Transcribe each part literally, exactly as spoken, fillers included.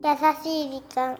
優しい時間。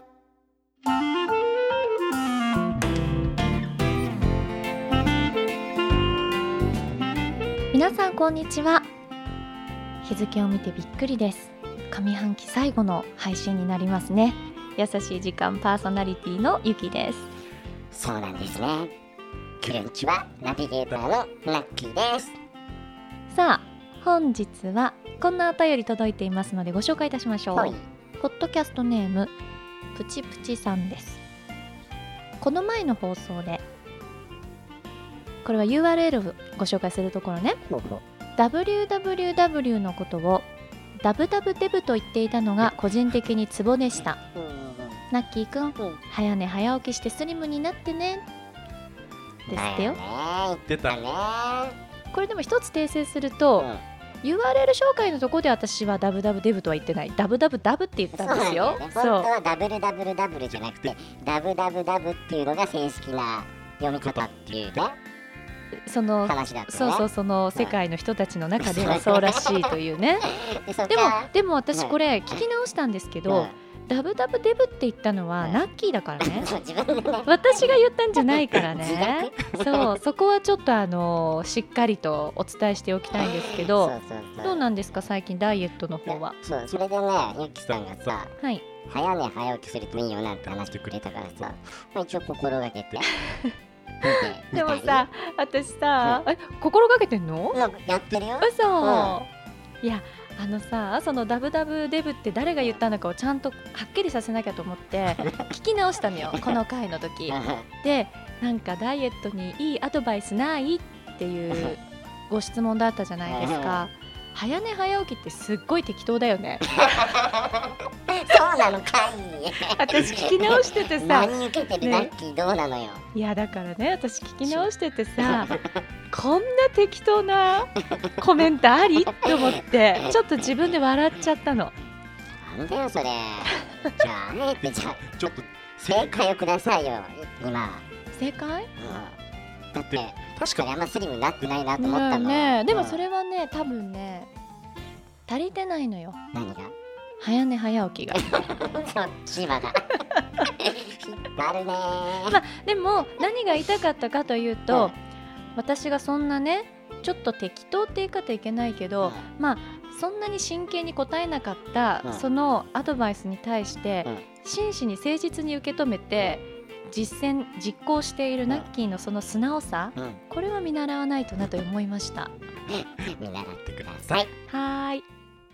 皆さんこんにちは。日付を見てびっくりです。上半期最後の配信になりますね。優しい時間パーソナリティのゆきです。 そうなんですね。こんにちは、ナビゲーターのラッキーです。 さあ本日はこんなお便り届いていますのでご紹介いたしましょう。 はい、 ポッドキャストネームプチプチさんです。この前の放送でこれは ユーアールエル をご紹介するところね、 ほうほうダブリューダブリューダブリュー のことをダブダブデブと言っていたのが個人的にツボでした。 うんうんうん、 ナッキーくん、 うん、 早寝早起きしてスリムになってねですってよ。 だよね、言ってたね。 これでも一つ訂正すると、うん、ユーアールエル 紹介のところで私はダブダブデブとは言ってない。ダブダブダブって言ったんですよ。 そうなんだよね。本当はダブルダブルダブルじゃなくてダブダブダブっていうのが正式な読み方っていうね、 その話だったね。 そうそう、その世界の人たちの中ではそうらしいというねでもでも私これ聞き直したんですけど、うん、ダブダブデブって言ったのはナッキーだからね私が言ったんじゃないからねそう、そこはちょっとあのしっかりとお伝えしておきたいんですけどそうそうそう、どうなんですか最近ダイエットの方は。 そう、それでね、ゆきさんがさ、 はい、 早寝早起きするといいよなんて話してくれたからさ、まあ、一応心がけてでもさ、私さ、え、心がけてんの？ やってるよ。 嘘、うん、いや、あのさ、そのダブダブデブって誰が言ったのかをちゃんとはっきりさせなきゃと思って聞き直したのよこの回の時で、なんかダイエットにいいアドバイスないっていうご質問だったじゃないですか。早寝早起きってすっごい適当だよねそうなのかい私聞き直しててさ何受けてるラッキーどうなのよ、ね、 いやだからね、私聞き直しててさこんな適当なコメントありって思ってちょっと自分で笑っちゃったの。 なんだよそれじゃああえてじゃあちょっと正解をくださいよ今。 正解、 うん、だって確かにあんまスリムになってないなと思ったの、 ね、でもそれはね、多分ね足りてないのよ。 何が？ 早寝早起きがそっちはが引っ張るね、 まあ、でも何が言いたかったかというと、うん、私がそんなねちょっと適当って言い方いけないけど、うん、まあそんなに真剣に答えなかった、うん、そのアドバイスに対して、うん、真摯に誠実に受け止めて、うん、実践実行しているナッキーのその素直さ、うん、これは見習わないとなと思いました見習ってください。 はーい。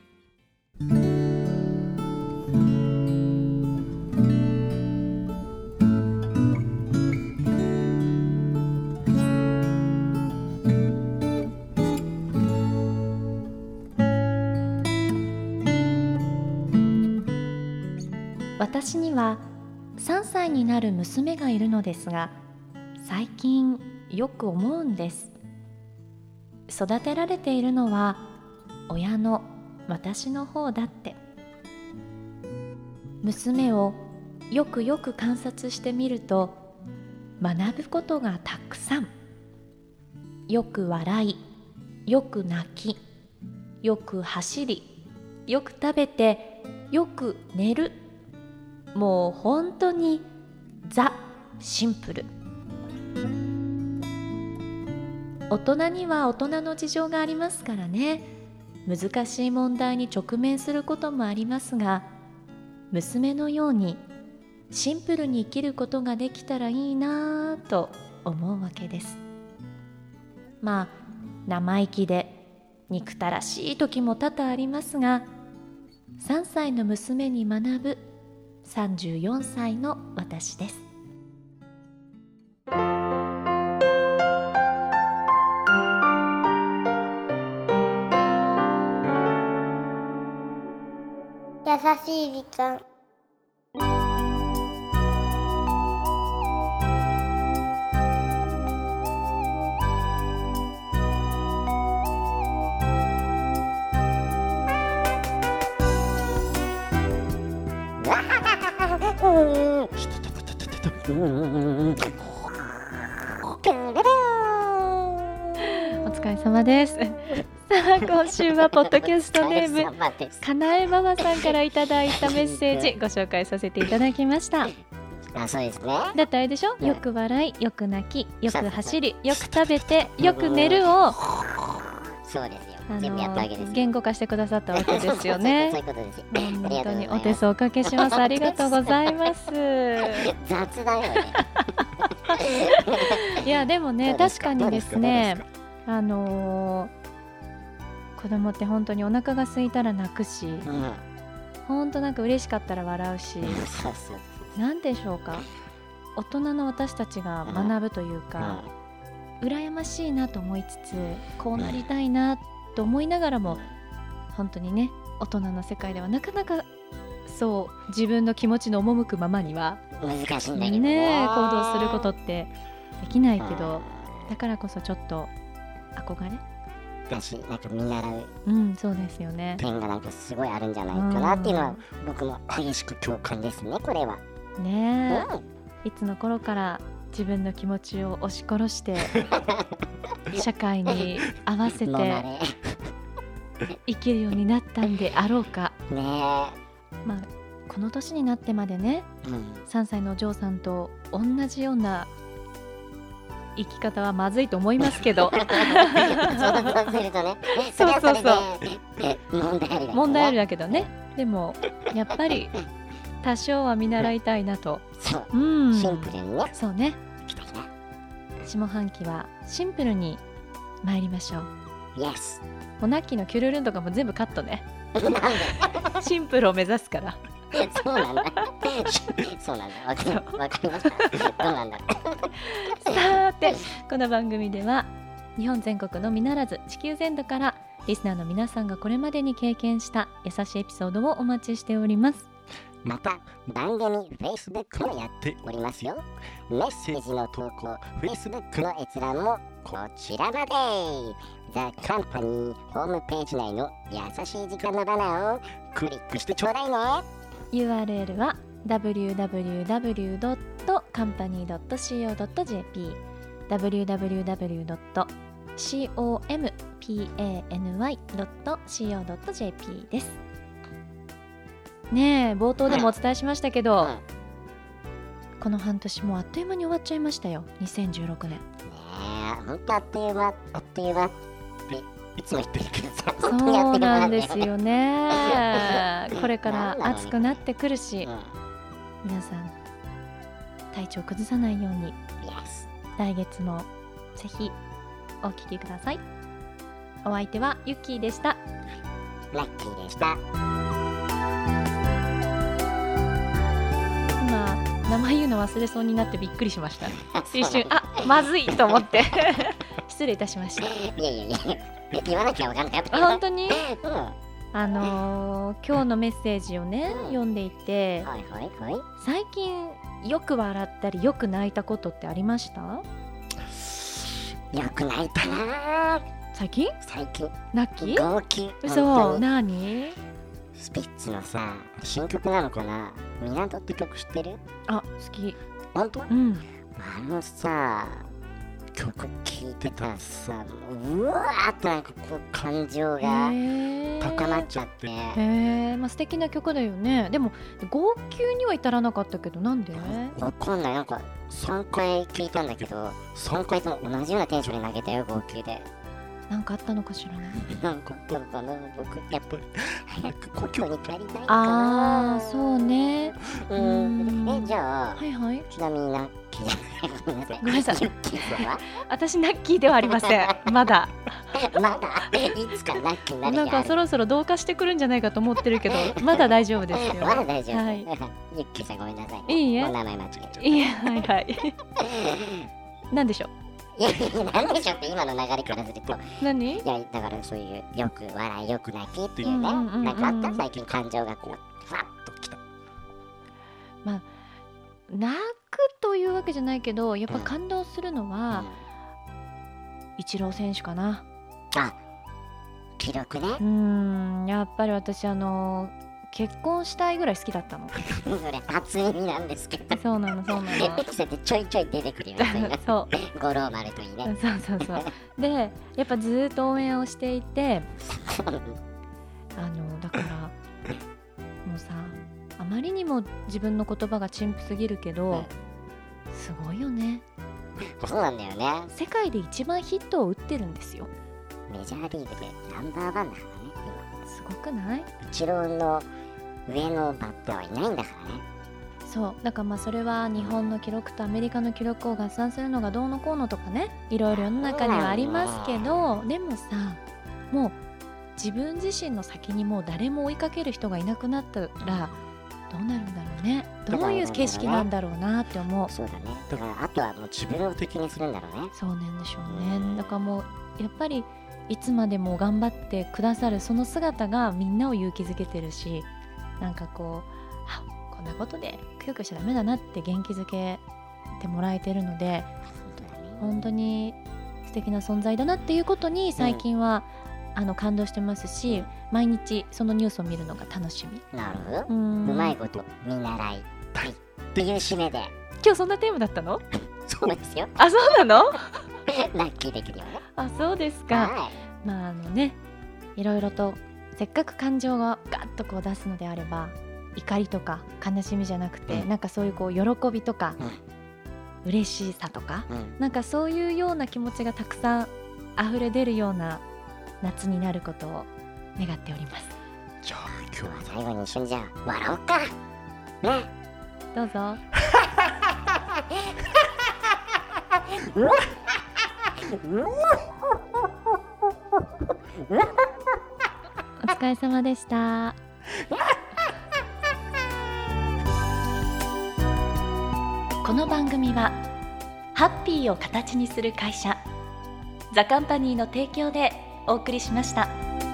私にはさんさいになる娘がいるのですが、最近よく思うんです。育てられているのは親の私の方だって。娘をよくよく観察してみると学ぶことがたくさん。よく笑い、よく泣き、よく走り、よく食べて、よく寝る。もう本当にザ・シンプル。大人には大人の事情がありますからね。難しい問題に直面することもありますが、娘のようにシンプルに生きることができたらいいなぁと思うわけです。まあ生意気で憎たらしい時も多々ありますが、さんさいの娘に学ぶさんじゅうよんさいの私です。 優しい時間。 お疲れ様です。 さあ今週はポッドキャストネームお疲れ様ですかなえママさんからいただいたメッセージご紹介させていただきました。 あ、そうですね。 だってあれでしょ、 うんよく笑い、よく泣き、よく走り、よく食べて、よく寝るをそうですよ、 あ全部やったわけですよ。 の言語化してくださったわけですよね。 そういうことですよ。 本当にお手数おかけします。ありがとうございます。 雑だよね。 いやでもね、 どうですか確かにですねどうですあのー、子供って本当にお腹が空いたら泣くし、 うん、 本当なんか嬉しかったら笑うし、 そうそうそう。 なんでしょうか、大人の私たちが学ぶというか、羨ましいなと思いつつ、こうなりたいなと思いながらも、本当にね、大人の世界ではなかなかそう自分の気持ちの赴くままには難しいんだけどね行動することってできないけど、だからこそちょっと憧れ、 だし、なんか見習ううんそうですよね。 点がなんかすごいあるんじゃないかなっていうのは、僕も激しく共感ですね、これは。 ねえ、 うんいつの頃から自分の気持ちを押し殺して社会に合わせ飲まてれ生きるようになったんであろうか。 ねまあこの年になってまでね、 え、うん、 さんさいのお嬢さんと同じような生き方はまずいと思いますけどそうそうするとね、それはそれでえ問題あるだけどね。 問題あるだけどね。でもやっぱり多少は見習いたいなと。 そう、 うんシンプルにね、 そうね、 いきたいな。 下半期はシンプルに参りましょう。 イエス。 もうナッキーのキュルルンとかも全部カットね。 なんでシンプルを目指すからそうなんだ。そうなんだ。わかりわかりました。どうなんだ。 さーて、この番組では日本全国のみならず地球全土からリスナーの皆さんがこれまでに経験した優しいエピソードをお待ちしております。 また番組 Facebook もやっておりますよ。メッセージの投稿 Facebook の閲覧もこちらまで。ザ・カンパニーホームページ内の優しい時間のバナーをクリックしてちょうだいね。 ユーアールエル は ダブリューダブリューダブリュードットカンパニードットシーオードットジェーピー ダブリューダブリューダブリュードットカンパニードットシーオードットジェーピー です。ねえ、冒頭でもお伝えしましたけど、 うんこの半年もうあっという間に終わっちゃいましたよ。にせんじゅうろくねん。 ねえ、ほんとあっという間あっという間っていつも言ってるけどさ、 そ本当にあっうという間なんでだよね。 すよね。これから暑くなってくるし、 うん、 皆さん体調崩さないようにイエス。 来月もぜひお聞きください。お相手はユッキーでした。 ラッキーでした。 今名前言うの忘れそうになってびっくりしました。一瞬あまずいと思って失礼いたしました。 いやいやいや、言わなきゃわかんなかった。 本当にうん、はあのー、今日のメッセージをね、 うん読んでいて、 いはいはい。 最近よく笑ったりよく泣いたことってありました？ よく泣いたな最近最近。 ナッキー？ 号泣。 嘘、 本当になに？ スピッツのさ、新曲なのかな、港って曲知ってる？ あ、好き。 本当？ うんあのさ、曲聴いてたらさ、もううわーってなんかこう感情が高まっちゃって、 へえ、まあ素敵な曲だよね。でも号泣には至らなかったけど、なんで？ わかんない、なんかさんかい聴いたんだけど、さんかいとも同じようなテンションで投げたよ、号泣で。 なんかあったのかしらね。 なんかあったのかな、僕やっぱり早く故郷に帰りたいかな。 ああ、そうね。 ううんん。え、じゃあ、 はいはい。 ちなみにな、ごめんなさい。 ごめんなさいユッキーさんは私ナッキーではありません。まだ。 まだいつかラッキーになる日なんかそろそろ同化してくるんじゃないかと思ってるけど、まだ大丈夫ですよ。 まだ大丈夫。 はいユッキーさんごめんなさい。 いいえお名前間違えちゃった。 いや、はいはい。なんでしょう。 いやいや、なんでしょうって今の流れからすると。 何？ いや、だからそういうよく笑い、よく泣きっていうね、 うんうんうんうんなんかあった最近感情がこう、ファッときた。 泣くというわけじゃないけど、やっぱ感動するのは、イチロー選手かな。 あ、記録ね。 うーん、やっぱり私あの結婚したいぐらい好きだったの。 それ初耳なんですけど。 そうなのそうなのエピソードちょいちょい出てくるよね。 そう五郎丸といいね。 そうそうそうでやっぱずっと応援をしていてあのだからもうさあまりにも自分の言葉が陳腐すぎるけど、うん、すごいよね。 そうなんだよね。 世界で一番ヒットを打ってるんですよ。 メジャーリーグでナンバーワンだからね今。すごくない？ イチローの上のバッターはいないんだからね。 そうだからまあそれは日本の記録とアメリカの記録を合算するのがどうのこうのとかね、いろいろ世の中にはありますけど、でもさもう自分自身の先にもう誰も追いかける人がいなくなったらどうなるんだろうね。どういう景色なんだろうなって思う。 そうだね。だからあとはもう自分を敵にするんだろうね。 そうなんでしょうね。だからもうやっぱりいつまでも頑張ってくださるその姿がみんなを勇気づけてるし、なんかこうあこんなことでくよくよしちゃダメだなって元気づけてもらえてるので、本当に素敵な存在だなっていうことに最近は、うん、あの感動してますし、毎日そのニュースを見るのが楽しみ。 なるほど。ううまいこと見習いたいっていう締めで。 今日そんなテーマだったの？ そうなんですよ。 あ、そうなの？ ラッキー的にはね。 あ、そうですか。はい、まああのね、いろいろとせっかく感情がガッとこう出すのであれば、怒りとか悲しみじゃなくて、うん、なんかそういうこう喜びとか、うん、嬉しさとか、うん、なんかそういうような気持ちがたくさん溢れ出るような夏になることを願っております。 じゃあ今日は最後に一緒にじゃあ笑おうかね。 どうぞ。お疲れ様でした。この番組はハッピーを形にする会社ザカンパニーの提供でお送りしました。